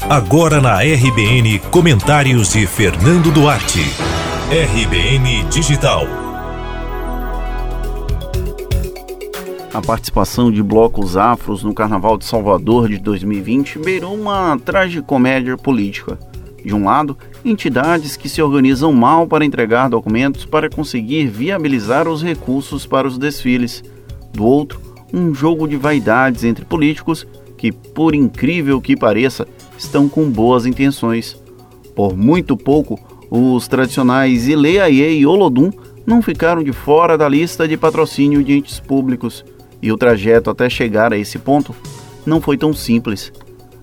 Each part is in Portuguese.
Agora na RBN, comentários de Fernando Duarte. RBN Digital. A participação de blocos afros no Carnaval de Salvador de 2020 beirou uma tragicomédia política. De um lado, entidades que se organizam mal para entregar documentos para conseguir viabilizar os recursos para os desfiles. Do outro, um jogo de vaidades entre políticos que, por incrível que pareça, estão com boas intenções. Por muito pouco, os tradicionais Ilê Aie e Olodum não ficaram de fora da lista de patrocínio de entes públicos. E o trajeto até chegar a esse ponto não foi tão simples.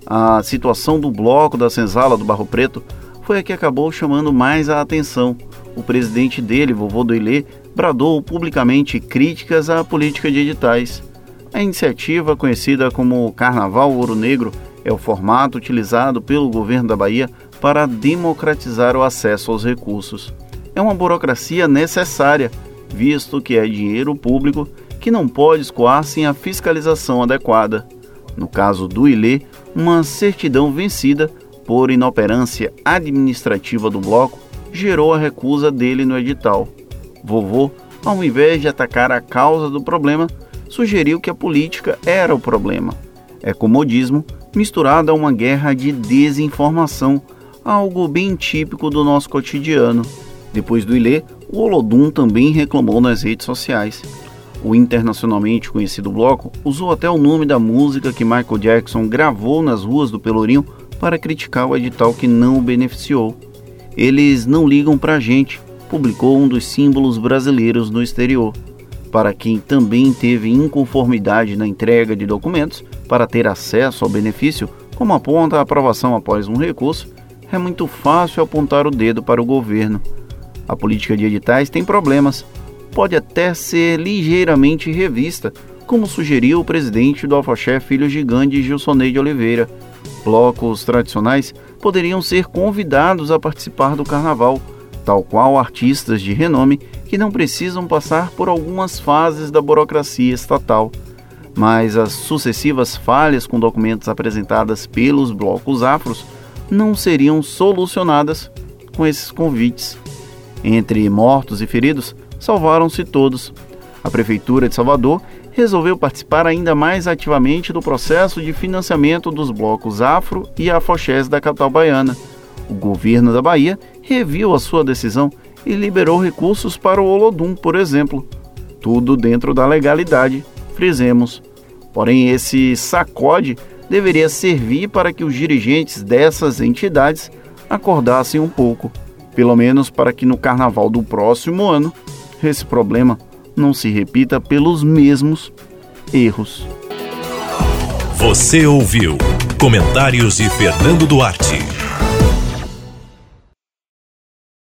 A situação do bloco da Senzala do Barro Preto foi a que acabou chamando mais a atenção. O presidente dele, Vovô do Ilê, bradou publicamente críticas à política de editais. A iniciativa, conhecida como Carnaval Ouro Negro, é o formato utilizado pelo governo da Bahia para democratizar o acesso aos recursos. É uma burocracia necessária, visto que é dinheiro público que não pode escoar sem a fiscalização adequada. No caso do Ilê, uma certidão vencida por inoperância administrativa do bloco gerou a recusa dele no edital. Vovô, ao invés de atacar a causa do problema, sugeriu que a política era o problema. É comodismo misturado a uma guerra de desinformação, algo bem típico do nosso cotidiano. Depois do Ilê, o Olodum também reclamou nas redes sociais. O internacionalmente conhecido bloco usou até o nome da música que Michael Jackson gravou nas ruas do Pelourinho para criticar o edital que não o beneficiou. Eles não ligam pra gente, publicou um dos símbolos brasileiros no exterior. Para quem também teve inconformidade na entrega de documentos para ter acesso ao benefício, como aponta a aprovação após um recurso, é muito fácil apontar o dedo para o governo. A política de editais tem problemas. Pode até ser ligeiramente revista, como sugeriu o presidente do Afoxé Filho Gigante, Gilsonei de Oliveira. Blocos tradicionais poderiam ser convidados a participar do carnaval, tal qual artistas de renome que não precisam passar por algumas fases da burocracia estatal. Mas as sucessivas falhas com documentos apresentadas pelos blocos afros não seriam solucionadas com esses convites. Entre mortos e feridos, salvaram-se todos. A Prefeitura de Salvador resolveu participar ainda mais ativamente do processo de financiamento dos blocos afro e afoxés da capital baiana. O governo da Bahia reviu a sua decisão e liberou recursos para o Olodum, por exemplo. Tudo dentro da legalidade, frisemos. Porém, esse sacode deveria servir para que os dirigentes dessas entidades acordassem um pouco, pelo menos para que no carnaval do próximo ano esse problema não se repita pelos mesmos erros. Você ouviu Comentários de Fernando Duarte.